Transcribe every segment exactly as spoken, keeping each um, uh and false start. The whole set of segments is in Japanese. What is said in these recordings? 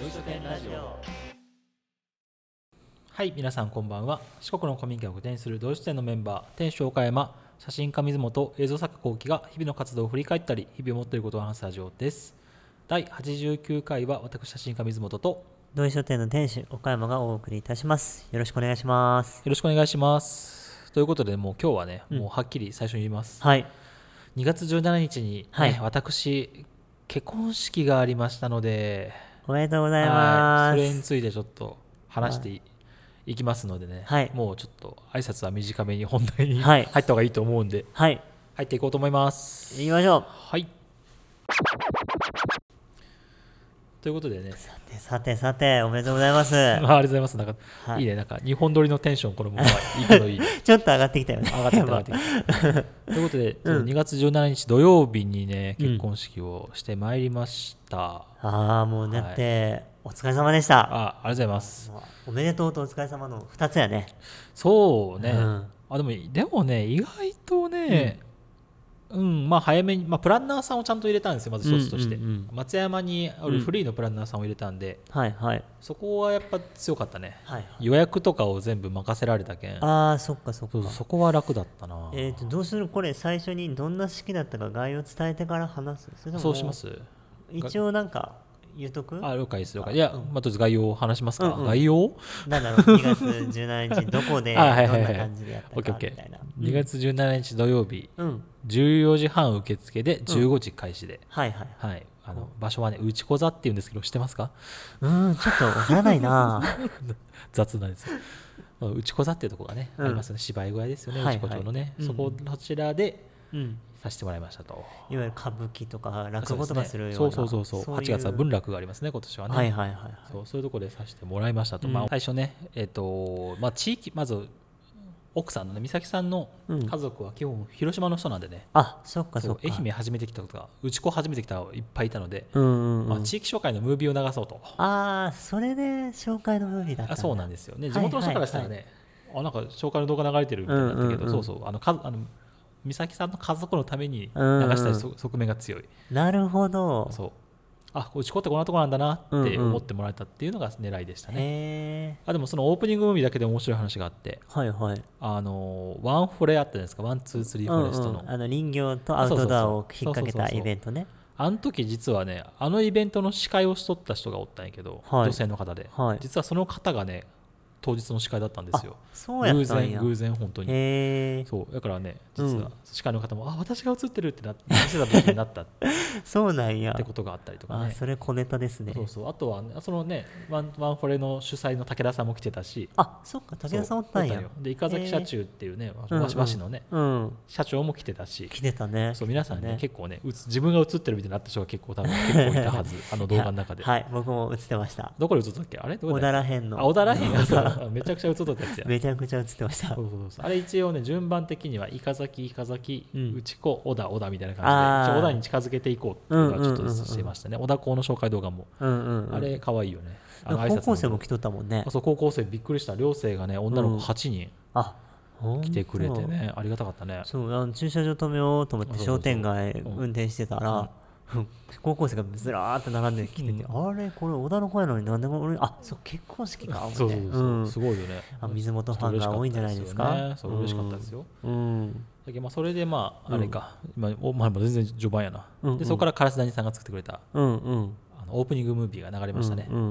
土井書店ラジオ。はい、皆さんこんばんは。四国の古民家を拠点にする土井書店のメンバー、店主岡山、写真家水本、映像作家幸喜が日々の活動を振り返ったり、日々思っていることを話すラジオです。だいはちじゅうきゅうかいは私写真家水本と土井書店の店主岡山がお送りいたします。よろしくお願いします。 よろしくお願いします。ということで、もう今日はね、 うん、 もうはっきり最初に言います。 はい。 にがつじゅうしちにちに、ね、はい、私結婚式がありましたので、 おめでとうございます。 それについてちょっと話してい、はい、いきますのでね、はい、もうちょっと挨拶は短めに本題に入った方がいいと思うんで、はい、入っていこうと思います。 行きましょう。 はい。ということでね、さてさてさておめでとうございます。 ありがとうございます。なんか、はい、いいね、なんか日本撮りのテンション、これもいいけどいい、ね、 ちょっと上がってきたよね。 上がってきた上がってきたということで、うん、にがつじゅうしちにち土曜日にね結婚式をしてまいりました、うん、 ああもうだって、はい、お疲れ様でした。 あ, ありがとうございます。 おめでとうとお疲れ様のふたつやね。 そうね、うん、あでもでもね意外とね、うんうん、まあ早めに、まあ、プランナーさんをちゃんと入れたんですよ。まず一つとして、うんうんうん、松山にあるフリーのプランナーさんを入れたんで、うんはいはい、そこはやっぱ強かったね、はいはい、予約とかを全部任せられたけん。 ああそっかそっか。 そ, そこは楽だったな。 えーとどうするこれ最初にどんな式だったか概要伝えてから話す。それともそうします。 一応なんか言うとく。 あ了解です了解。いや、うんまあ、とりあえず概要を話しますか、うんうん、概要なんだろうにがつじゅうしちにちどこでどんな感じでやったかみたいな。 にがつじゅうしちにち土曜日、うん、じゅうよじはん受付でじゅうごじ開始で、うん、はいはい、はい、あの場所はね内子座っていうんですけど知ってますか？ うんちょっとわからないな雑なんですよ。内子座っていうところがね、うん、ありますね。芝居小屋ですよね、内子町のね、はいはい、そここちらで、うんさせてもらいましたと。 いわゆる歌舞伎とか落語とかするような。 そうそうそうそう。はちがつは文楽がありますね今年はね。 はいはいはい、はい、 そうそういうところでさせてもらいましたと。うん、まあ最初ねえっ、ー、とまあ地域まず奥さんのね美咲さんの家族は基本広島の人なんでね。うん、 あそっかそっか。 愛媛初めて来たとか内子初めて来たのいっぱいいたので、うんうんうんまあ、地域紹介のムービーを流そうと。 ああそれで紹介のムービーだったんだ。 あそうなんですよね。地元の人からしたらね、はいはいはい、あなんか紹介の動画流れてるみたいになったけど、うんうんうん、そうそうあのかあの美咲さんの家族のために流したい側面が強い。 なるほど。 そうあ内子ってこんなとこなんだなって思ってもらえたっていうのが狙いでしたね。うんうん、へあでもそのオープニングムービーだけで面白い話があって、はいはい、あのワンフォレあったじゃないですか。ワンツースリーフォレストの、うんうん、 あの林業とアウトドアを引っ掛けたイベントね。 あの時実はねあのイベントの司会をしとった人がおったんやけど、はい、女性の方で、はい、実はその方がね当日の司会だったんですよ。 そうやったんや。 偶然偶然本当に。へそうだからね実は司会の方も、うん、あ私が映ってるってなって見せた時になったそうなんやってことがあったりとかね。 あそれ小ネタですね。 そうそうあとは、ね、そのねワンワンフォレの主催の武田さんも来てたし。 あそっか武田さんおったんや。 で伊香崎社中っていうねわしわしのね、うんうん、社長も来てたし。 来てたね。 そう皆さんね、ね結構ね自分が映ってるみたいになった人が結構多分結構いたはずあの動画の中で。 はい僕も映ってました。 どこで映ったっけあれ小田らへんの。 あ小田らへんがめちゃくちゃ映ったやつや。 めちゃくちゃ映ってました。 そうそうそうあれ一応ね順番的には伊香崎伊香崎、うん、内子小田小田みたいな感じで小田に近づけていこうっていうのはちょっとしてましたね。小田校の紹介動画も、うんうんうん、あれ可愛いよね。あの高校生も来とったもんね。 あそう高校生びっくりした。寮生がね女の子はちにん、うん、あ来てくれてねありがたかったね。 そうあの駐車場止めようと思って商店街運転してたら、うん、高校生がずらーって並んできてて、うん、あれこれ小田の子やのになんで俺あそう結婚式かそうそうそう、うん、すごいよね。 あ水本ファンが多いんじゃないですか。 ね、そう嬉しかったですよ。うん、だけどまあそれでまああれか、うん、今まあ全然序盤やな。うんうん、でそこから烏谷さんが作ってくれた、うんうん、あのオープニングムービーが流れましたね。うんうんうん、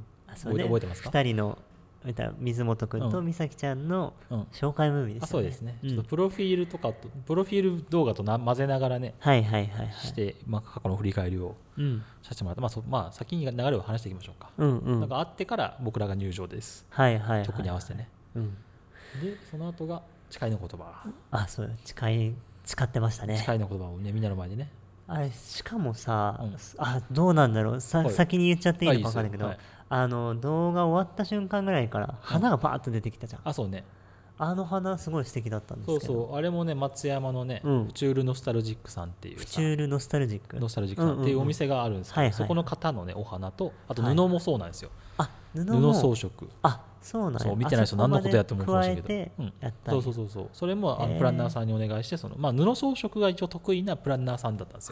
あそれで覚えてますか？ふたりの水本君と美咲ちゃんの紹介ムービーですね。 あそうですね、うん、ちょっとプロフィールとかとプロフィール動画とな混ぜながらね、はいはいはいはい、して、まあ、過去の振り返りをさせてもらって、まあそまあ、先に流れを話していきましょうか。うんうん、なんかあってから僕らが入場です。はいはいはいはい、曲に合わせてね、うん、でその後が誓いの言葉。 あそう誓い誓ってましたね。 誓いの言葉をねみんなの前でね。 あれしかもさ、うん、あどうなんだろうさ、はい、先に言っちゃっていいのか分かんないけど、はい、あの動画終わった瞬間ぐらいから花がバーッと出てきたじゃん。 あそうねあの花すごい素敵だったんですけど。 そうそうあれもね松山のね、うん、フチュールノスタルジックさんっていうフチュールノスタルジックノスタルジックさんっていうお店があるんですけど、うんうんうん、そこの方のねお花とあと布もそうなんですよ。はい、あ布も布装飾。あそうなんや。そう見てない人何のことやって思うかもしれないけど、うん、そうそうそうそうそれもあのプランナーさんにお願いしてその、まあ、布装飾が一応得意なプランナーさんだったんですよ。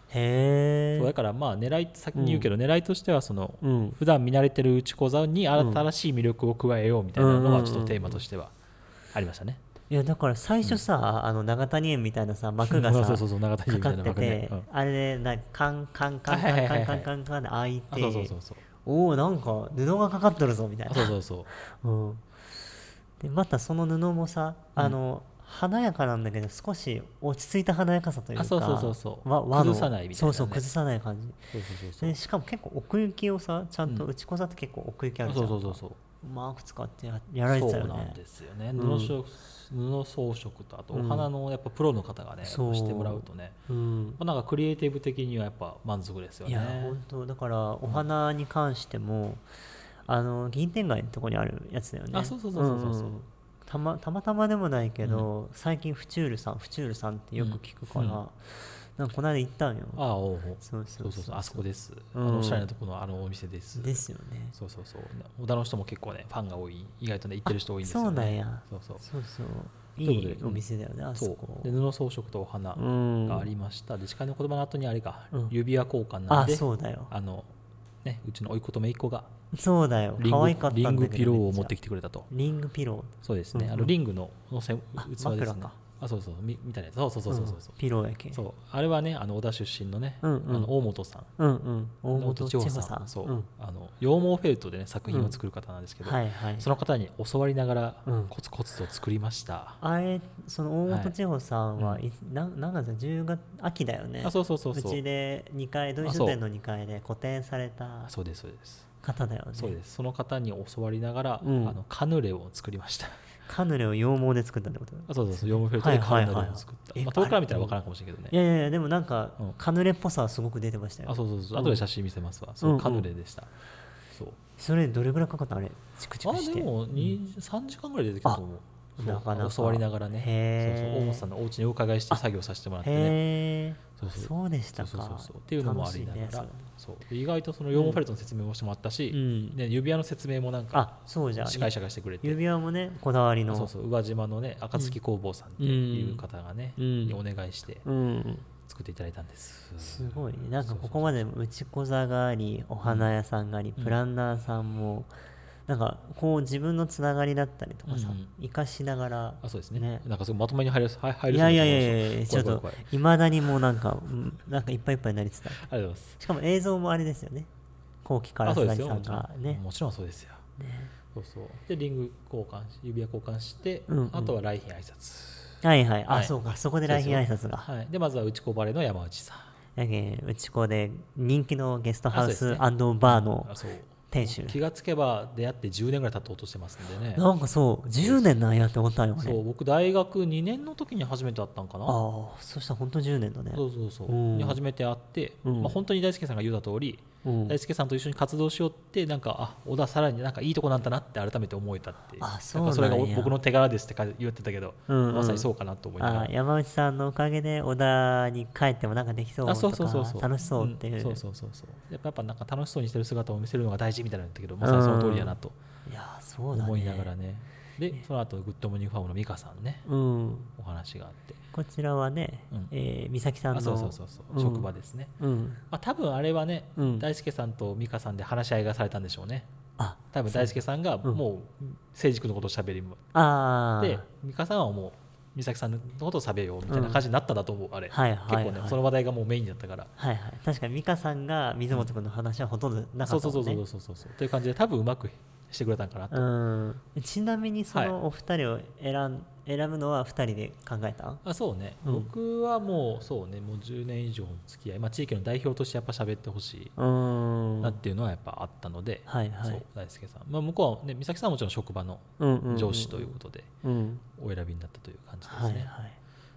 へえ。 そうだからまあ狙い先に言うけど、狙いとしてはその、 うん、 普段見慣れてる打ち講座に新しい魅力を加えようみたいなのはちょっとテーマとしてはありましたね。 いやだから最初さ、うん、あの長谷園みたいなさ幕がさかかってて、あれでなカンカンカンカンカンカンカンカンで開いて、おおなんか布がかかっとるぞみたいな。 そうそうそう、 うん、でまたその布もさあの、うん、華やかなんだけど少し落ち着いた華やかさというか、 そうそうそうそう、 和の崩さないみたいな、ね、 そうそう崩さない感じ。 そうそうそうそう、 でしかも結構奥行きをさちゃんと、うん、打ちこざって結構奥行きあるじゃん。 そうそうそうそう、 うまく使って や, やられてたよね。 そうなんですよね、布装、布装飾とあとお花のやっぱプロの方がね、うん、してもらうとね、うん、なんかクリエイティブ的にはやっぱ満足ですよね。 いや本当だからお花に関しても、うん、あの銀天街のとこにあるやつだよね。 あそうそうそうそうそう、うん、 たまたまたまでもないけど、うん、最近フチュールさんフチュールさんってよく聞くから、うんうん、なんかこの間行ったんよ。 ああおうそうそうそうそう、あそこです、うん、あのおしゃれなところのあのお店ですですよね。 そうそうそう、小田の人も結構ねファンが多い、意外とね行ってる人多いんですよね。 そうなんや。 そうそうそうそういいお店だよね、あそこ。 で布装飾とお花がありました、うん、で司会の言葉の後にあれか、うん、指輪交換なんで、 あそうだよ、 あのね、うちの甥っ子と姪っ子がそうだよ可愛かったんだけどリングピローを持ってきてくれたと。 リングピロー、 そうですね、うん、あのリングののせ器ですね。あそうそう み, みたいなやつ、そうそうそうそうそう、うん、 ピローやけ。 そうあれはね、あの小田出身のね、うんうん、あの大本さん、 うんうん、大本千穂さん、 そう、うん、あの羊毛フェルトでね作品を作る方なんですけど、うんはいはい、その方に教わりながらコツコツと作りました、 うん、あれその大本千穂さんは、はい、ななんかじゅうがつ秋だよね。 あそうそうそうそう、 うちでにかい土井書店のにかいで個展されたそうですそうです方だよね。 そうです、その方に教わりながら、うん、あのカヌレを作りました。 カヌレを羊毛で作ったってこと？ あそうそうそう、羊毛フェルトでカヌレを作った、はいはいはい、まあ、遠くから見たら分からんかもしれないけどね。 いやいやでもなんか、うん、カヌレっぽさはすごく出てましたよ。 あそうそうそう、後で写真見せますわ、うん、そうカヌレでした、うんうん、そうそれどれぐらいかかったあれチクチクして。 あでもに、うん、さんじかんぐらい出てきたと思う。なかなか教わりながらね、そうそう大本さんのお家にお伺いして作業させてもらってね。 へそうそうそうでしたか。そうそうそうっていうのもありながら、ね、そう意外とその羊毛フェルトの説明もしてもらったし、うんね、指輪の説明もなんか司会者がしてくれて、 指輪もねこだわりのそうそう宇和島のね暁工房さんっていう方がね、うん、にお願いして、うん作っていただいたんです。 すごいね。なんかここまで打ち子座がありお花屋さんがあり、うん、プランナーさんもなんかこう自分のつながりだったりとかさ、うん、生かしながら、 あそうですね、ねなんかそまとめに入る入るいやいやいやいやちょっといまだにもうなんかなんかいっぱいいっぱいになりつつある。 ありがとうございます。 しかも映像もあれですよね、後期からすだりさんがね。 もちろんそうですよ、ね、そうそうでリング交換指輪交換して、うんうん、あとは来賓挨拶、 はいはい、あ、はい、そうかそこで来賓挨拶が、 はい、でまずは内子バレーの山内さんやけ内子で人気のゲストハウス&バーの店主。 気がつけば出会ってじゅうねんぐらい経とうとしてますんでね。 なんかそうじゅうねんなんやって思ったよね。 そう僕大学にねんの時に初めて会ったんかな。ああそしたら本当じゅうねんだね。 そうそうそう、に初めて会って、うんまあ、本当に大輔さんが言うた通り、うん、大輔さんと一緒に活動しようってなんかあ小田さらになんかいいとこなんだなって改めて思えたって。 あそうなんや。 それが僕の手柄ですって言ってたけど、うんうん、まさにそうかなと思いながら。 あ山内さんのおかげで小田に帰ってもなんかできそうとか楽しそうっていう、うん、 そうそうそうそうやっぱやっぱなんか楽しそうにしてる姿を見せるのが大事みたいなんだけど、まさにその通りやなと思いながらね。でその後グッドモーニングファームの美香さんね、うん、お話があって、 こちらはね、うんえー、美咲さんのそうそうそうそう、うん、職場ですね、うんまあ、多分あれはね、うん、大輔さんと美香さんで話し合いがされたんでしょうね。あ多分大輔さんがもう誠司君のことをしゃべり、うん、あで美香さんはもう美咲さんのことをしゃべようみたいな感じになったんだと思う、うん、あれ、はいはいはい、結構ねその話題がもうメインだったから、 はいはい、確かに美香さんが水本君の話はほとんどなかったもんね、うん、そうそうそうそうそうという感じで多分うまくしてくれたんかなと。うんちなみにそのお二人を選ん、はい、選ぶのはふたりで考えた？ あそうね、うん、僕はもうそうねもうじゅうねん以上の付き合い、まあ、地域の代表としてやっぱ喋ってほしいなっていうのはやっぱあったので、はいはい、そう大輔さん、まあ、向こうはね美咲さんはもちろん職場の上司ということでお選びになったという感じですね、はいはい、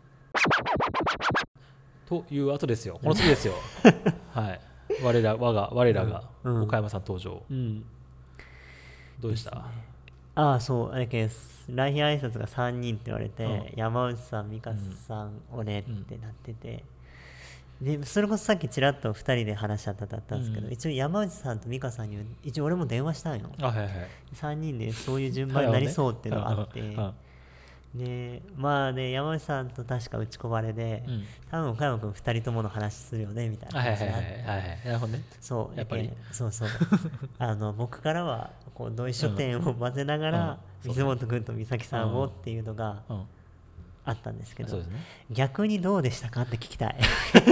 という後ですよこの次ですよはい我ら我が我らが岡山さん登場、うんうんどうでした？ね、 ああそうだけ来賓挨拶がさんにんって言われて、うん、山内さん美香さん、うん、俺ってなってて、うん、でそれこそさっきちらっとふたりで話し合っただったんですけど、うん、一応山内さんと美香さんに一応俺も電話したんよ、あ、はいはい、さんにんでそういう順番になりそうっていうのがあって、 でまあね山内さんと確か打ち込まれで、うん、多分岡山君ふたりともの話するよねみたいな話があって、はいはいはいはい、なるほどね。そうやっぱりそうそうあの僕からはこう同意書店を混ぜながら、うん、水本君と美咲さんをっていうのがあったんですけど、うんうんね、逆にどうでしたかって聞きたい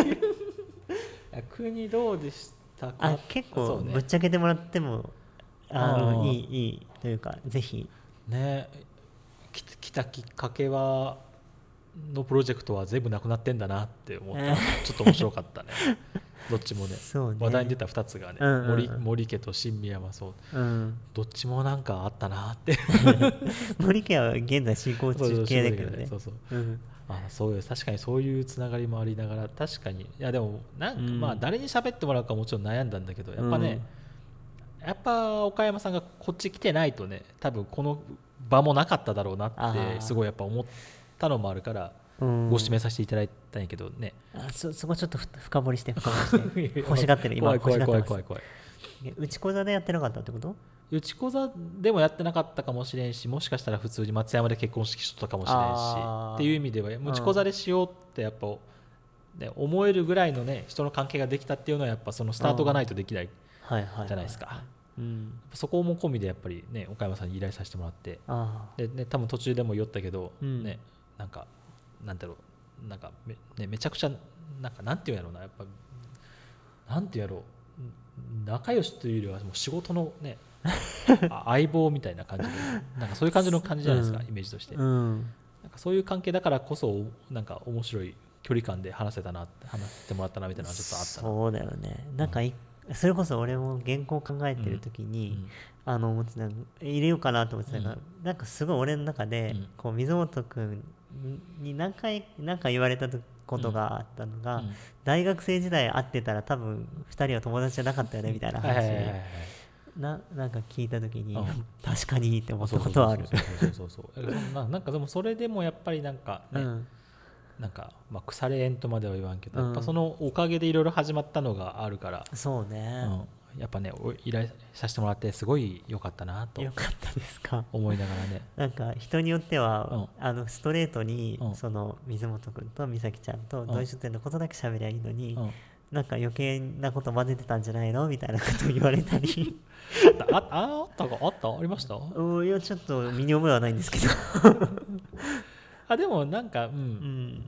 逆にどうでしたか。 あ結構ぶっちゃけてもらっても、あのいいいいというかぜひね来たきっかけはのプロジェクトは全部なくなってんだなって思ったちょっと面白かったねどっちも ね, ね話題に出たふたつがね、うんうんうん、森, 森家と新宮はそう、うん、どっちもなんかあったなって森家は現在進行中系だけどね。 そうそう、うん、あそういう確かにそういうつながりもありながら確かにいやでもなんか、うん、まあ誰に喋ってもらうかもちろん悩んだんだけどやっぱね、うん、やっぱ岡山さんがこっち来てないとね多分この場もなかっただろうなってすごいやっぱ思ったのもあるからご指名させていただいたんやけどね。 あ そ, そこちょっと深掘りして深掘りして欲しがってる今怖い怖い怖い怖い。 内講座でやってなかったってこと？ 内講座でもやってなかったかもしれんしもしかしたら普通に松山で結婚式しとったかもしれんしっていう意味では内講座でしようってやっぱ、ね、思えるぐらいのね人の関係ができたっていうのはやっぱそのスタートがないとできないじゃないですか。うん、そこも込みでやっぱりね岡山さんに依頼させてもらってで、ね、多分途中でも言ったけど、うんね、なんかなんだろうなんか め,、ね、めちゃくちゃなんかなんていうんやろうなやっぱなんていうんやろう仲良しというよりはもう仕事のね相棒みたいな感じでなんかそういう感じの感じじゃないですか、うん、イメージとして、うん、なんかそういう関係だからこそなんか面白い距離感で話せたな話してもらったなみたいなのはちょっとあったな。 そうだよねなんか、うんそれこそ俺も原稿を考えてる時に、うん、あの思ってた入れようかなと思ってたから、うん、なんかすごい俺の中で、うん、こう水本君に何回何か言われたことがあったのが、うん、大学生時代会ってたら多分ふたりは友達じゃなかったよねみたいな話でななんか聞いた時に、うん、確かにって思ったことはある。 なんかでもそれでもやっぱりなんかね、うんなんかまあ腐れ縁とまでは言わんけど、うん、やっぱそのおかげでいろいろ始まったのがあるからそうね、 うん、やっぱね依頼させてもらってすごい良かったなと良かったですか思いながらねなんか人によっては、うん、あのストレートに、うん、その水本君と美咲ちゃんと同意書店のことだけ喋りゃいいのに、うん、なんか余計なこと混ぜてたんじゃないのみたいなことを言われたりあああったかあったありました？ いやちょっと身に覚えはないんですけどあでもなんか、うんうん、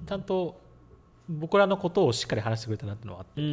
ちゃんと僕らのことをしっかり話してくれたなってのはあって、うん、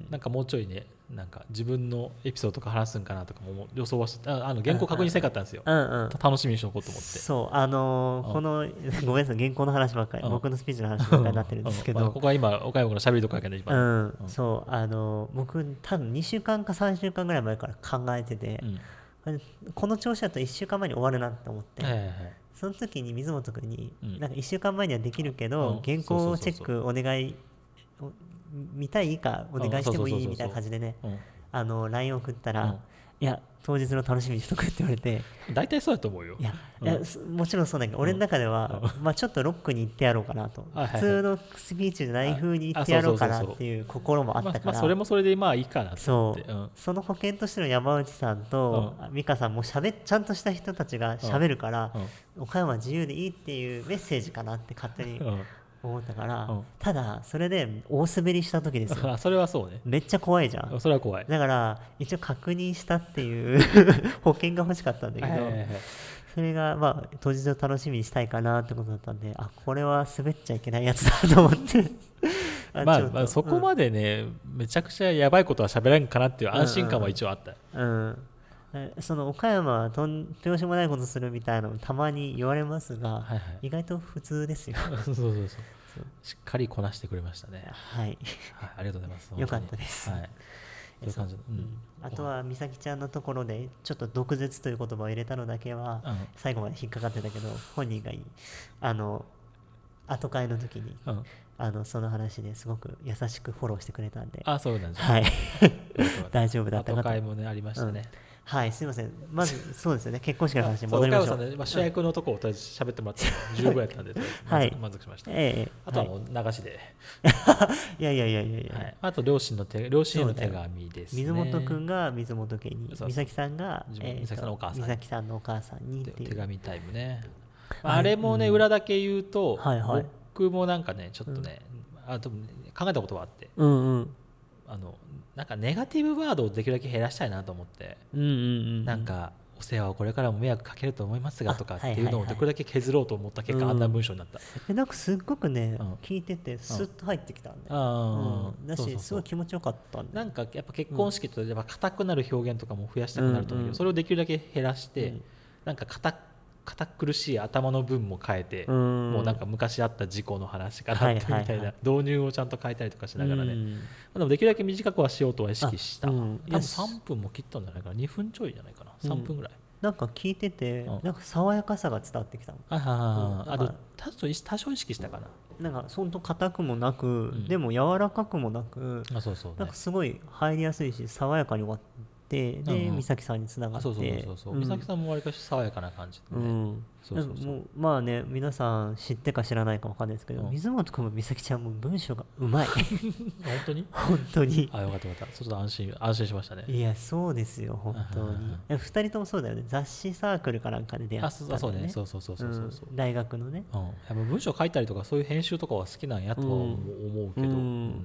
なんかもうちょいねなんか自分のエピソードとか話すんかなとかも予想はしてああの原稿確認したかったんですよ、うんうん、楽しみにしとこうと思ってそうあのー、このごめんなさい原稿の話ばっかり、うん、僕のスピーチの話ばっかりになってるんですけど、 まあ、ここは今岡山のしゃべりとかけない一番、 うんうん、そうあのー、僕多分にしゅうかんかさんしゅうかんぐらい前から考えてて、うん、この調子だといっしゅうかんまえに終わるなって思って、はいはいはいその時に水本君に、うん、なんかいっしゅうかんまえにはできるけど、うん、原稿チェックお願い見たいかお願いしてもいいみたいな感じでね、うん、あの ライン 送ったら、うん、いや当日の楽しみにしとくって言われて大体そうだと思うよ。 いや、うん、いやもちろんそうだけど、うん、俺の中では、うんまあ、ちょっとロックに行ってやろうかなと、うん、普通のスピーチじゃない風に言ってやろうかなっていう心もあったから、 まあまあ、それもそれでまあいいかなと思って、 そう、うん、その保険としての山内さんと、うん、美香さんもしゃべちゃんとした人たちがしゃべるから、うんうん、岡山は自由でいいっていうメッセージかなって勝手に思ったから、うん、ただそれで大滑りした時ですよそれはそうねめっちゃ怖いじゃん。 それは怖い。 だから一応確認したっていう保険が欲しかったんだけど、はいはいはい、それがまあ当日を楽しみにしたいかなってことだったんで、あこれは滑っちゃいけないやつだと思ってまあ、まあそこまでね、うん、めちゃくちゃやばいことは喋らんかなっていう安心感は一応あった、 うんうんうん、その岡山はとんでもしもないことするみたいなのたまに言われますが、はいはい、意外と普通ですよそうそうそうそうしっかりこなしてくれましたね。 はい、 はい、ありがとうございます。 よかったです。はい。そういう感じ、うん、あとは美咲ちゃんのところでちょっと毒舌という言葉を入れたのだけは最後まで引っかかってたけど、本人がいいあの後会の時に、うん、あのその話ですごく優しくフォローしてくれたんで、 あそうなんですね。 はい大丈夫だったかと。 後会もねありましたね。 うんはい、すみません。まずそうですよね。結婚式の話に戻りましょう。 うねまあ、主役のところをとりあえず喋ってもらって十分やったんで、はい、満足しました。ええ、あとはもう流しで。 はい、いやいやいやいやいや、はい。 あと両親の手両親への手紙ですね。 水本くんが水本家に、美咲さんが美咲さんのお母さん。 美咲さんのお母さんにっていう手紙タイムね。 あれもね、うん、裏だけ言うと、 はいはい、 僕もなんかねちょっとね、うん、あ多分、ね、考えたことがあって、 うんうん、 あのなんかネガティブワードをできるだけ減らしたいなと思って、 うんうんうん、 なんかお世話をこれからも迷惑かけると思いますがとかっていうのをできるだけ削ろうと思った結果、あんな文章になった、 うん、なんかすっごくね、うん、聞いててスッと入ってきたんで、うんうん、だしそうそうそう、すごい気持ちよかったんで、 なんかやっぱ結婚式とやっぱ硬くなる表現とかも増やしたくなると思うけど、うんうん、それをできるだけ減らして、うん、なんか硬堅苦しい頭の文も変えて、うん、もうなんか昔あった事故の話からってみたいな、はいはいはい、導入をちゃんと変えたりとかしながらね、うん、でもできるだけ短くはしようとは意識した、うん、多分さんぷんも切ったんじゃないかな、にふんちょいじゃないかな、さんぷんぐらい、うん、 なんか聞いてて、うん、なんか爽やかさが伝わってきたの、 ああ、うん、あと多少意識したかな、 なんかそんと硬くもなく、うん、でも柔らかくもなく、 あそうそう、ね、 なんかすごい入りやすいし爽やかに終わってで、うんうん、美咲さんにつながって、そうそうそうそう、うん、美咲さんもわりかし爽やかな感じでね、うん、 そうそうそう、もうまあね、皆さん知ってか知らないか分かんないですけど、うん、水本君も美咲ちゃんも文章がうまい本当に本当に、 あ、よかったよかった、ちょっと安心安心しましたね。 いやそうですよ本当にふたりともそうだよね、雑誌サークルかなんかで出会ったんだよね。あ、そうね、 そうそうそうそうそうそう、 うん、大学のね、 うん、やっぱ文章書いたりとかそういう編集とかは好きなんやとは思うけど、うんうん、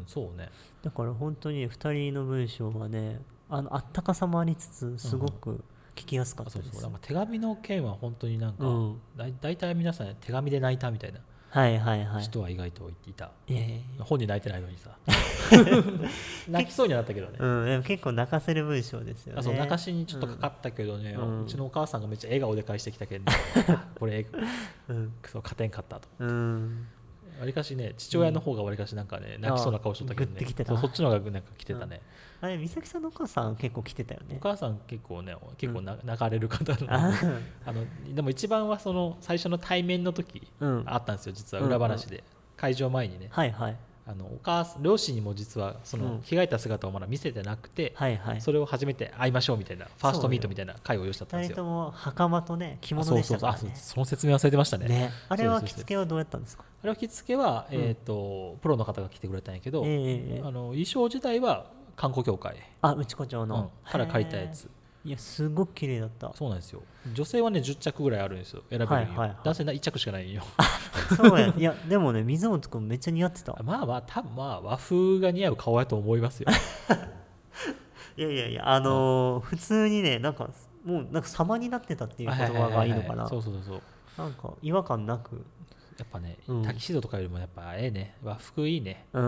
そうね、 だから本当にふたりの文章はね、あのあったかさもありつつすごく聞きやすかったです、うん、 そうそう、なんか手紙の件は本当になんか、うん、だ, だいたい皆さん手紙で泣いたみたいな人は意外といた、はいはいはい、本人泣いてないのにさ泣きそうになったけどね、 うん、でも結構泣かせる文章ですよね。 あ、そう、泣かしにちょっとかかったけどね、うん、うちのお母さんがめっちゃ笑顔で返してきたけど、ね、これ、うん、そう勝てんかったと、うんわりかしね、父親の方がわりかしなんかね、うん、泣きそうな顔しとったけどね、そう、そっちの方がなんか来てたね、 うん、あれ美咲さんのお母さん結構来てたよね。 お母さん結構ね結構な、うん、泣かれる方なのであのでも一番はその最初の対面の時、うん、あったんですよ、実は裏話で、うんうん、会場前にね、はいはい、あのお母さん両親にも実はその着替えた姿をまだ見せてなくて、はいはい、それを初めて会いましょうみたいなファーストミートみたいな会を用意したんですよ。ふたりとも袴とね着物でしたからね。 そうそうそう、その説明忘れてました ね, ねあれは着付けはどうやったんですか。 あれは着付けは、うん、えーとプロの方が来てくれたんやけど、えー、あの衣装自体は観光協会、 あ、内子町の、 うん、から借りたやつ。 いやすごく綺麗だった。 そうなんですよ。女性はねじゅっちゃくぐらいあるんですよ、選べるよ、はいはいはい、男性はいっちゃくしかないよそうや、いやでもね水本君めっちゃ似合ってた。 まあまあ多分まあ和風が似合う顔やと思いますよいやいやいや、あのーうん、普通にねなんかもうなんか様になってたっていう言葉がいいのかな。そうそうそう、なんか違和感なく、 やっぱね、うん、タキシードとかよりもやっぱええね、和服いいね。 うん、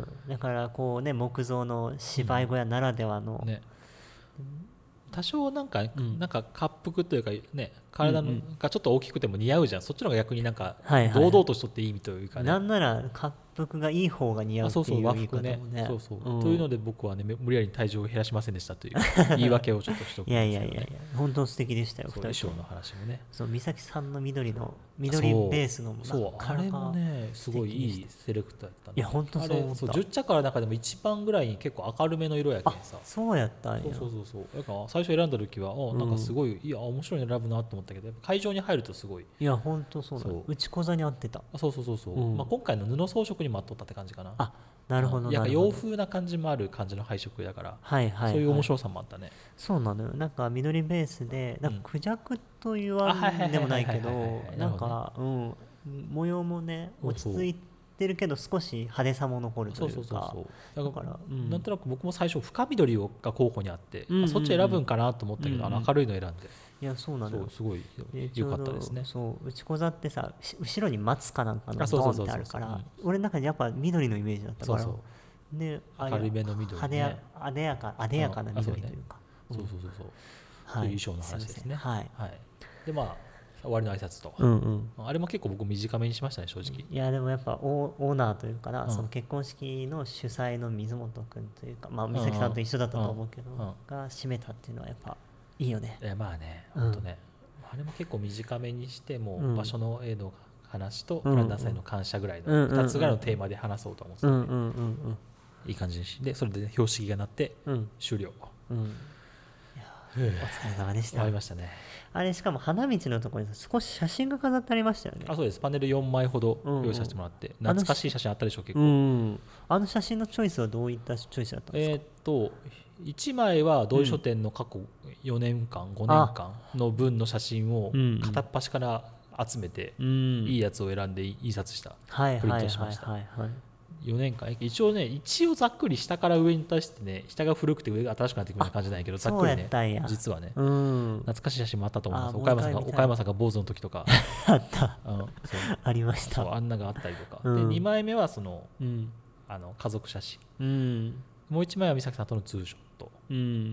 だからこうね木造の芝居小屋ならではの、うんね、 多少なんか、うん、なんか恰幅というかね、体のがちょっと大きくても似合うじゃん、うんうん、そっちの方が逆になんか堂々としとっていいというかね、 なんなら恰幅がいい方が似合うっていう言い方もね、 そうそう、うん、というので僕はね無理やり体重を減らしませんでしたという言い訳をちょっとしとくんですよね。いやいやいやいや本当素敵でしたよ。 衣装の話もね、 そう美咲さんの緑の緑ベースのそう、あれもねすごいいいセレクトやったんで、いや本当そう思った。 そうじゅっちゃくある中でも一番ぐらいに結構明るめの色やけんさ。 そうやったんや。 そうそうそうそう、だから最初選んだ時はあなんかすごい、うん、いや面白いの選ぶなと思ったけど、会場に入るとすごい、 いや本当そうだ、内小座に合ってた。 あそうそうそうそう、うん、まあ、今回の布装飾にもあっとったって感じかな。 あなるほど、 やっぱ洋風な感じもある感じの配色だから、はいはいはい、そういう面白さもあったね。 そうなのよ、なんか緑ベースでなんかクジャクと言わんでもないけど、なんか、うん、模様もね落ち着いてるけど少し派手さも残るというか、そうそうそうそう、だから、うん、なんとなく僕も最初深緑が候補にあって、うんうんうん、そっち選ぶんかなと思ったけど、うんうん、あの明るいの選んで、いやそうなのよ、すごい良かったですね。そう内小座ってさ後ろに松かなんかのドンってあるから、俺の中でやっぱ緑のイメージだったから、そうそうで明るめの緑、ね、あでやかあでやかな緑というか、 そうそうそうそう、そういう衣装の話ですね。はい、はい、でまあ終わりの挨拶と、うんうん、あれも結構僕短めにしましたね正直。 いやでもやっぱオーナーというかな、うん、その結婚式の主催の水本君というか、まあ、美咲さんと一緒だったと思うけど、うんうん、が締めたっていうのはやっぱいいよね。 いやまあね、本当ね、あれも結構短めにしても、うん、場所の絵の話とプランナーさんへの感謝ぐらいのふたつぐらいのテーマで話そうと思ってたので、いい感じにしてそれで標識が鳴って終了、うんうん、いやお疲れ様でした。 終わりましたね。 あれしかも花道のところに少し写真が飾ってありましたよね。 あそうです、パネルよんまいほど用意させてもらって、うんうん、懐かしい写真あったでしょ結構。うん、あの写真のチョイスはどういったチョイスだったんですか。えー、っといちまいは同意書店の過去よねんかん、うん、ごねんかんの分の写真を片っ端から集めて、 うん、 いいやつを選んで印刷した、 はいプリントしました。 はいはいはいはい、 よねんかん一応ね一応ざっくり下から上に対してね下が古くて上が新しくなっていくような感じなんやけど、ざっくりね実はね、うん、懐かしい写真もあったと思います。岡山さんが岡山さんが坊主の時とかあった、 うん、そうありました。 そうあんながあったりとか、うん、でにまいめはその、うん、あの家族写真、うん、もういちまいは美咲さんとのツーショット、うん、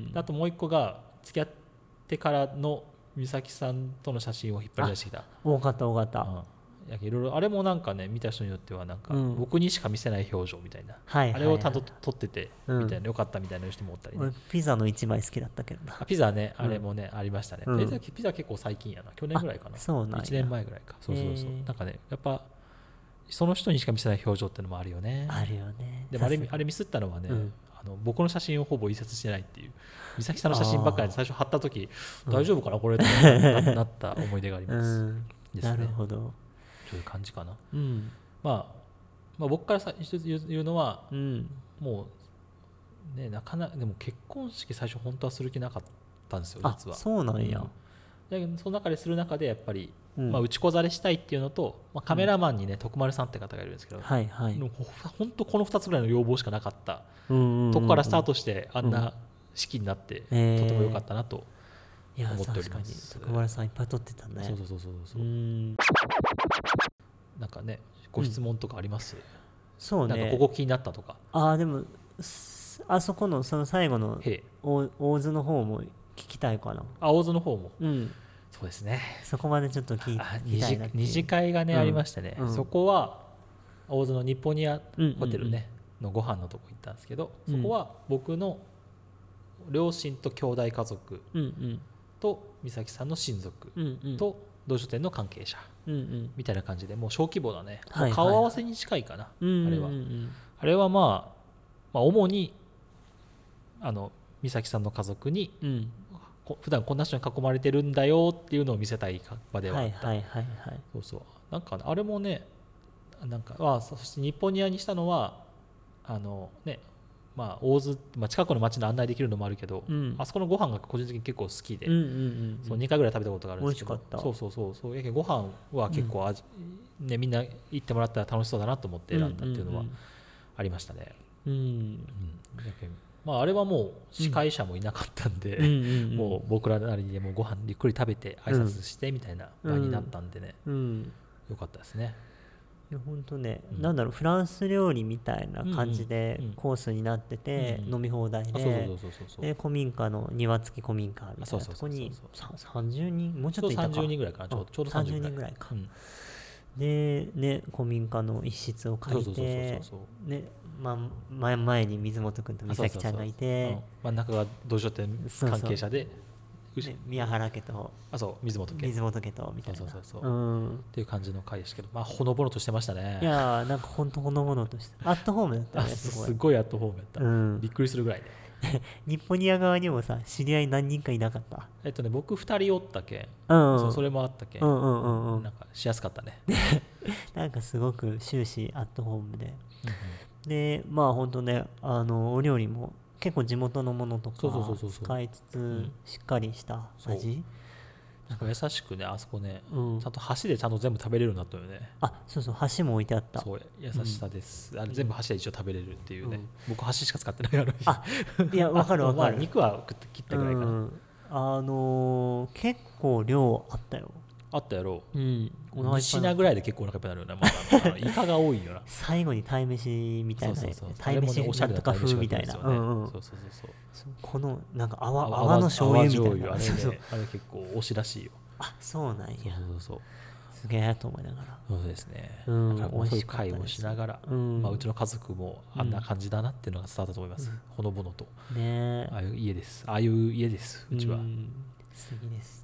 あともういっこが付き合ってからの美咲さんとの写真を引っ張り出してきた。 多かった多かった、うん、 やいろいろあれもなんかね見た人によってはなんか、うん、僕にしか見せない表情みたいな、はいはいはい、あれをちゃんと撮っててみたいな、よかったみたいな人もおったりね。 ピザのいちまい好きだったけどな。 あピザね、あれもね、うん、ありましたね、うん、ピザ結構最近やな、去年ぐらいかな。そうなんや、いちねんまえぐらいか。そうそうそう、なんかねやっぱその人にしか見せない表情ってのもあるよね。 あるよね。 でもあれあれミスったのはね、うん、あの僕の写真をほぼ印刷してないっていう、美咲さんの写真ばっかり最初貼った時大丈夫かなこれって な, なった思い出があります、うん、ですね。 なるほど、 そういう感じかな、うんまあ、まあ僕からさ一つ言うのは、うん、もうねなかなかでも結婚式最初本当はする気なかったんですよ実は。 あそうなんや、 うん、その中でする中でやっぱり、うんまあ、打ち子ざれしたいっていうのと、まあ、カメラマンにね、うん、徳丸さんって方がいるんですけど、はいはい、本当このふたつぐらいの要望しかなかったとこからスタートしてあんな式になって、うん、とても良かったなと思っております。 徳丸さんいっぱい撮ってたね。 そうそうそうそうそう。うんなんかねご質問とかあります？うん、そうね。なんかここ気になったとか。 ああでもあそこのその最後の大津の方も聞きたいかな。 あ大津の方も。うん。そうですね。 そこまでちょっと聞きたいなっていう。 二次会がね、うん、ありましてね、うん、そこは大津の日本ニアホテルね、うんうんうん、のご飯のとこ行ったんですけど、そこは僕の両親と兄弟家族と美咲さんの親族と同書店の関係者みたいな感じで、もう小規模なね、はいはい、顔合わせに近いかな、あれは、あれはまあ、まあ主にあの美咲さんの家族に、うん、普段こんな人に囲まれてるんだよっていうのを見せたい場ではあった。はいはいはいはい、そうそう、なんかあれもね、なんかあそして日本ニアにしたのはあのね、まあ大津、まあ、近くの町の案内できるのもあるけど、うん、あそこのご飯が個人的に結構好きで、うんうんうん、そうにかいぐらい食べたことがあるんですけど、そうそうそうそう、やけご飯は結構味、うんね、みんな行ってもらったら楽しそうだなと思って選んだっていうのはありましたね。うんうんうん、やけまあ、あれはもう司会者もいなかったんで、うん、もう僕らなりにもうご飯ゆっくり食べて挨拶してみたいな場になったんでね、うんうん、よかったですね。 いや本当ね、うん、なんだろうフランス料理みたいな感じでコースになってて、飲み放題で、で古民家の庭付き古民家みたいなとこにさんじゅうにんもうちょっといたか、 さんじゅうにんぐらいかな、ちょうどさんじゅうにんぐらいか、うん、 でね古民家の一室を借りて、ねまあ、前, 前に水本君と美咲ちゃんがいて、 真ん中が同書店関係者で、そうそう宮原家とあそう水本家水本家とみたいな、そうそうそうそう、 うん、っていう感じの回ですけど、まあほのぼのとしてましたね。 いやーなんか本当ほのぼのとしてアットホームだったね。 すごいすごいアットホームやった、うん、びっくりするぐらいね日本ニア側にもさ知り合い何人かいなかった？ えっとね僕ふたりおったけん、うんうん、そうそれもあったけん、うんうんうんうん、なんかしやすかったねなんかすごく終始アットホームで、うんうん、でまあ本当ねあのお料理も結構地元のものとか使いつつしっかりした味、 なんか優しくねあそこね、うん、ちゃんと箸でちゃんと全部食べれるようになったよね。 あそうそう箸も置いてあった。 そう優しさです、うん、あれ全部箸で一応食べれるっていうね、うん、僕箸しか使ってないからあいや分かる分かる、 まあ、肉は切ったぐらいかな、うん、 あのー、結構量あったよ。 あったやろう、うん、に品ぐらいで結構お腹いっぱいになるよな、まあ、イカが多いよな最後に鯛めしみたいな、鯛めしなんとか風みたいな、このなんか泡泡の醤油みたいな、 あれ、ね、あれ結構推しらしいよ。 あそうなんや、 そうそうそうすげえと思いながら、 そうですね、うん、だからそういう会をしながら、うんまあ、うちの家族もあんな感じだなっていうのが伝わったと思います、うん、ほのぼのと、ね、ああいう家です、ああいう家ですうちは、うん、 素敵です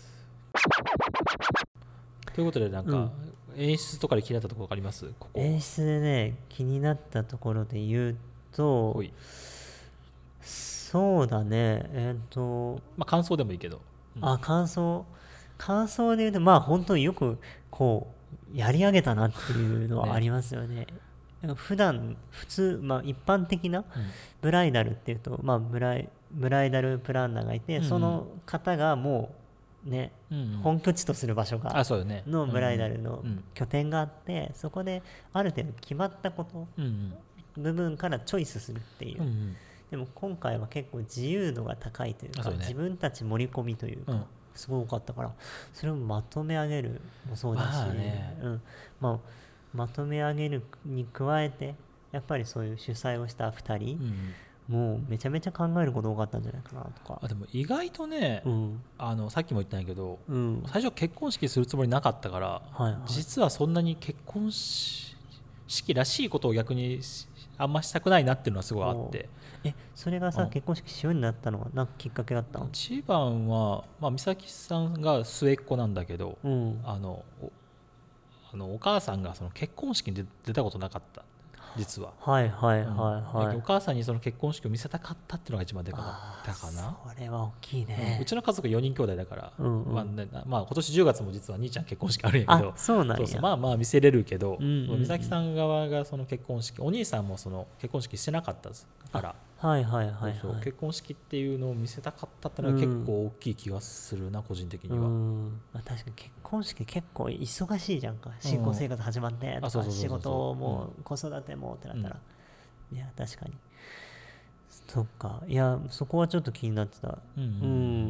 ということでなんか、うん、演出とかで気になったところあります？ここ演出でね気になったところで言うと、そうだねえっ、ー、とまあ感想でもいいけど、 うん、あ感想感想で言うとまあ本当によくこうやり上げたなっていうのはありますよね。なんか普段普通、まあ、一般的なブライダルっていうと、まあ、ブライブライダルプランナーがいて、うん、その方がもうね、 うんうん、 本拠地とする場所があそうよねのブライダルの拠点があって、そこである程度決まったこと部分からチョイスするっていう、うんうん、でも今回は結構自由度が高いというか、ね、自分たち盛り込みというか、うん、すごかったから、それをまとめ上げるもそうだし、まあね、うん、まあ、まとめ上げるに加えてやっぱりそういう主催をしたふたり、うんもうめちゃめちゃ考えること多かったんじゃないかなとか。 あでも意外とね、うん、あのさっきも言ったんやけど、うん、最初結婚式するつもりなかったから、はいはい、実はそんなに結婚式らしいことを逆にあんましたくないなっていうのはすごいあって。 えそれがさ、うん、結婚式しようになったのは何かきっかけだったの？ 一番は、まあ、美咲さんが末っ子なんだけど、うん、あの お, あのお母さんがその結婚式に出たことなかった実は。 はいはいはいはい、 うん、お母さんにその結婚式を見せたかったっていうのが一番でかかったかな。 それは大きいね、 うん、うちの家族よにん兄弟だから、うんうん、まあねまあ、今年じゅうがつも実は兄ちゃん結婚式あるんやけど、 あそうなんや、 そうそうまあまあ見せれるけど、うんうんうん、美咲さん側がその結婚式、お兄さんもその結婚式してなかったですから、 はいはいはい、はい、 そうそう結婚式っていうのを見せたかったっていうのは結構大きい気がするな、うん、個人的には。うん、 まあ、確かに結婚式結構忙しいじゃんか、新婚生活始まってとか、仕事も子育てもってなったら、うん、いや確かにそっか、いやそこはちょっと気になってた。うん、うんうん、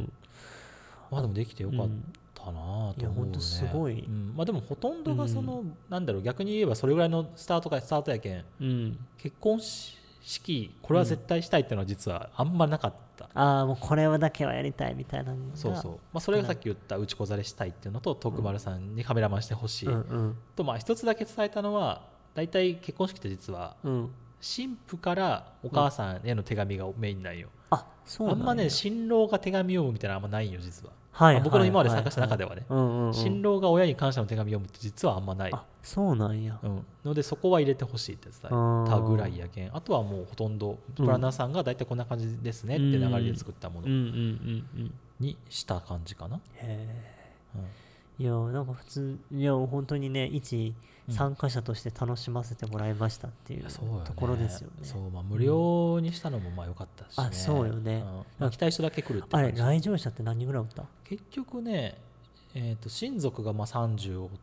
まあでもできてよかったなと思うね。いや本当すごい、 うん、まあでもほとんどがその、うん、なんだろう逆に言えばそれぐらいのスタートかスタートやけん、うん、結婚式これは絶対したいっていうのは実はあんまなかった、 うん、ああもうこれだけはやりたいみたいなのが、 そうそう、まあ、それがさっき言った打ち子ざれしたいっていうのと徳丸さんにカメラマンしてほしい、うんうん、とまあ一つだけ伝えたのは大体結婚式って実は、うん新婦からお母さんへの手紙がメインなんよ、うん、あそうなんや。あんまね新郎が手紙読むみたいなのあんまないよ実は、はいまあ、僕の今まで参加した中ではね、新郎が親に感謝の手紙読むって実はあんまない。 あそうなんや、 うん、のでそこは入れてほしいって伝えたぐらいやけん、あとはもうほとんどプランナーさんが大体こんな感じですねって流れで作ったものにした感じかな。へー、うんいやなんか普通いや本当にね一参加者として楽しませてもらいましたっていうところですよね。 うん、そう、まあ、無料にしたのもまあ良かったし、ね、 あそうよね、 うん、来たい人だけ来るって感じ。あれ来場者って何人ぐらいおった？ 結局ね、えー、と親族がまあさんじゅうおって、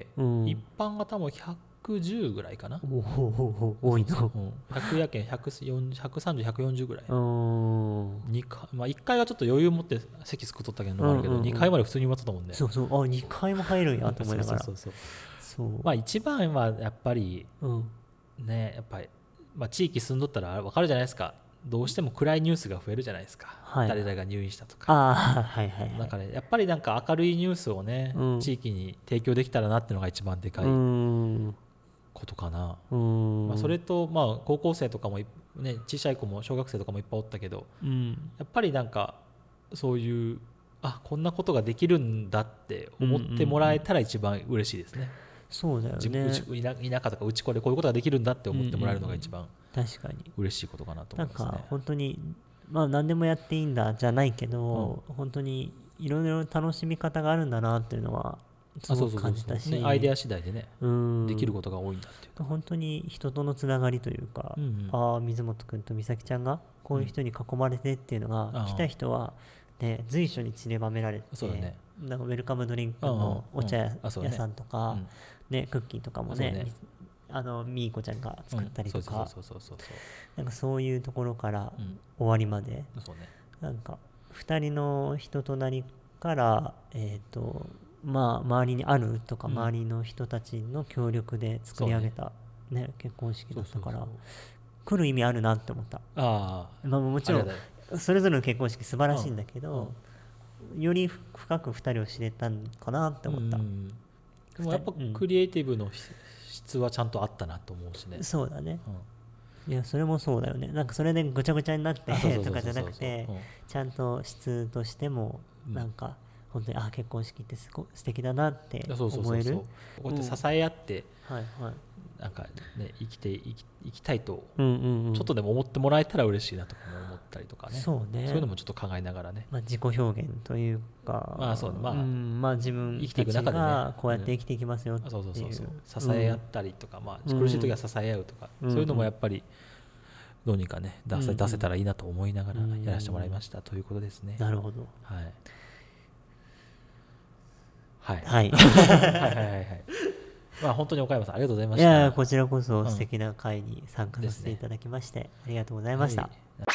うん、一般が多分ひゃくじゅうぐらいかな。おお多いの。 ひゃくやけんひゃくさんじゅう、ひゃくさんじゅう、ひゃくよんじゅうぐらい。にかい、まあ、いっかいはちょっと余裕持って席作っとったけど、うんうんうん、あるけどにかいまで普通に埋まっとったもんね。 そうそうあにかいも入るんやと思いながらそうそうそうそうまあ一番はやっぱり、うん、ねやっぱり、まあ、地域住んどったら分かるじゃないですか。どうしても暗いニュースが増えるじゃないですか、はい、誰々が入院したとか。 あ、はいはいはい、 だから、ね、やっぱりなんか明るいニュースをね、うん、地域に提供できたらなっていうのが一番でかいことかな。うんまあ、それと、まあ、高校生とかも、ね、小さい子も小学生とかもいっぱいおったけど、うん、やっぱりなんかそういうあこんなことができるんだって思ってもらえたら一番嬉しいですね。 そうだよね。 田舎とかうち子でこういうことができるんだって思ってもらえるのが一番確かに嬉しいことかなと思いますね。 なんか本当に、まあ、何でもやっていいんだじゃないけど、うん、本当にいろいろ楽しみ方があるんだなっていうのはすごく感じたし、 アイデア次第でねできることが多いんだっていう本当に人とのつながりというか、うんうん、ああ水本君と美咲ちゃんがこういう人に囲まれてっていうのが、うん、来た人は、ね、随所に散りばめられて、 そうだね、 なんかウェルカムドリンクのお茶屋さんとか、ねね、クッキーとかも ね, ねあのみーこちゃんが作ったりとかなんかそういうところから終わりまで、うんそうね、なんかふたりの人となりから、えーとまあ、周りにあるとか、うん、周りの人たちの協力で作り上げた、ねね、結婚式だったからそうそうそう来る意味あるなって思った。あ、まあ、もちろんそれぞれの結婚式素晴らしいんだけど、うんうん、より深くふたりを知れたんかなって思った。うんでもやっぱクリエイティブの質はちゃんとあったなと思うしね、 うん、そうだね、うん、いやそれもそうだよね。なんかそれでぐちゃぐちゃになってとかじゃなくてちゃんと質としてもなんか、うん、本当にあ結婚式ってすご素敵だなって思える。こうやって支え合って、うんはいはい、なんかね生きてい き, いきたいと、うんうんうん、ちょっとでも思ってもらえたら嬉しいなとかも思ったりとかね。そうね、そういうのもちょっと考えながらね、 まあ、自己表現というか、 まあそうまあ、うんまあ、自分生きていく中でねこうやって生きていきますよっていう、 うん、そうそうそうそう支え合ったりとか、まあ、苦しい時は支え合うとか、うん、そういうのもやっぱりどうにかね出せ、うん、出せたらいいなと思いながらやらせてもらいました、うん、ということですね。 なるほど、 はいはいはい。 はいはいはいはい。まあ本当に岡山さんありがとうございました。 いやこちらこそ素敵な会に参加させていただきまして、うんね、ありがとうございました。はい、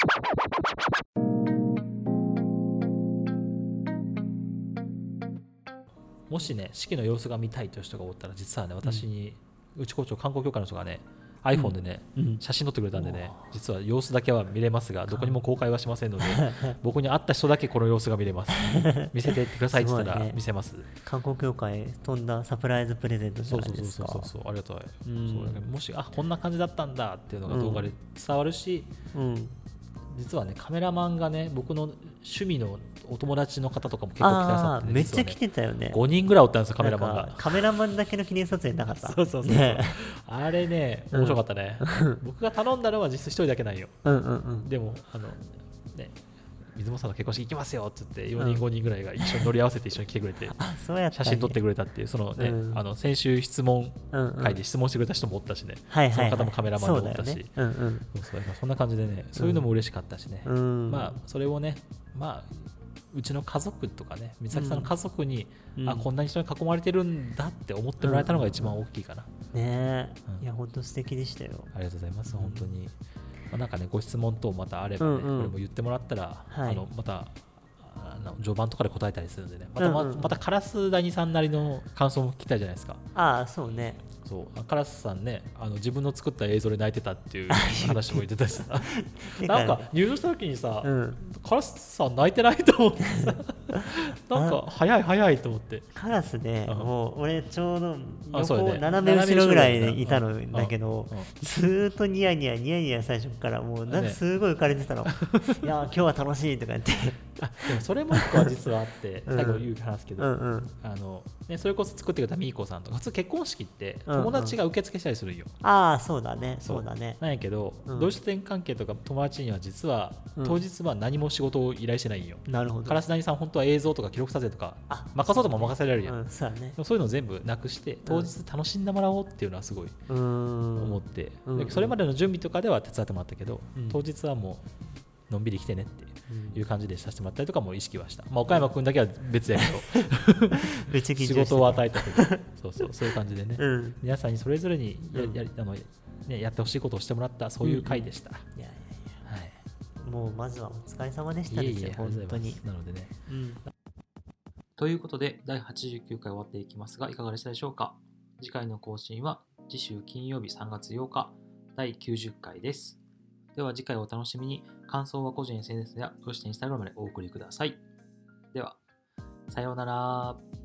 もしね式の様子が見たいという人がおったら、実はね私に、うん、うち校長観光協会の人がねiPhone でね、うん、写真撮ってくれたんでね、実は様子だけは見れますがどこにも公開はしませんので僕に会った人だけこの様子が見れます。見せてってくださいって言ったら見せます。す、ね、 観光協会飛んだサプライズプレゼントじゃないですか。 そうそうそうそうそう、ありがたい、うん、そうだけどもしあこんな感じだったんだっていうのが動画で伝わるし、うんうん、実はねカメラマンがね僕の趣味のお友達の方とかも結構来てくださって、ね、 めっちゃ来てたよね。 ごにんぐらいおったんですよカメラマンが。 カメラマンだけの記念撮影なかった。 そうそうそう、ね、あれね面白かったね、うん、僕が頼んだのは実質一人だけなんよ、うんうんうん、でもあのね水本さんの結婚式行きますよって言ってよにんごにんぐらいが一緒に乗り合わせて一緒に来てくれて、うん、写真撮ってくれたっていう、そのね、うん、あの先週質問会で質問してくれた人もおったしね、うんうん、その方もカメラマンでおったし、そんな感じでね、そういうのも嬉しかったしね、うん、まあそれをねまあうちの家族とかね美咲さんの家族に、うん、あこんなに人に囲まれてるんだって思ってもらえたのが一番大きいかな、 うんうんうん、ねえ、うん、いや本当素敵でしたよ。 ありがとうございます、うん、本当に、まあ、なんかねご質問等またあればね、うんうん、これも言ってもらったら、はい、あのまたあの序盤とかで答えたりするんでね、また、まうんうん、またカラスダニさんなりの感想も聞きたいじゃないですか。 ああそうね、 そうカラスさんねあの自分の作った映像で泣いてたっていう話も言ってたしさなんか入場した時にさ、うん、カラスさん泣いてないと思ってさなんか早い早いと思って、 カラスで、ね、もう俺ちょうど横斜め後ろぐらいでいたのだけど、ずーっとニヤニヤニヤニヤ最初からもうなんかすごい浮かれてたの、ね、いや今日は楽しいとか言ってあでもそれも一個は実はあって最後言う話すけど、うんうんうん、あのね、それこそ作ってくれたみーこさんとか普通結婚式って友達が受付したりするんよ、 うんうん、ああそうだねそうだねなんやけど、うん、同性関係とか友達には実は当日は何も仕事を依頼してないんよ、 うん、なるほど。 カラスダニさん本当は映像とか記録撮影とか任そうとも任せられるやん、 うん、そうだね、 そういうのを全部なくして当日楽しんでもらおうっていうのはすごい思って、うん、それまでの準備とかでは手伝ってもらったけど、うん、当日はもうのんびり来てねっていう感じでさせてもらったりとかも意識はした、まあ、岡山君だけは別やけど仕事を与えたけどそうそうそういう感じでね、うん、皆さんにそれぞれに や,、うん、や, あのね、やってほしいことをしてもらったそういう回でした、うん、いやいやいや、はい、 もうまずはお疲れ様でしたですよ。いえいえ本当になのでね、うん、ということでだいはちじゅうきゅうかい終わっていきますがいかがでしたでしょうか。次回の更新は次週金曜日さんがつようかだいきゅうじゅっかいです。では次回お楽しみに。感想は個人 エスエヌエス やそして Instagram までお送りください。ではさようなら。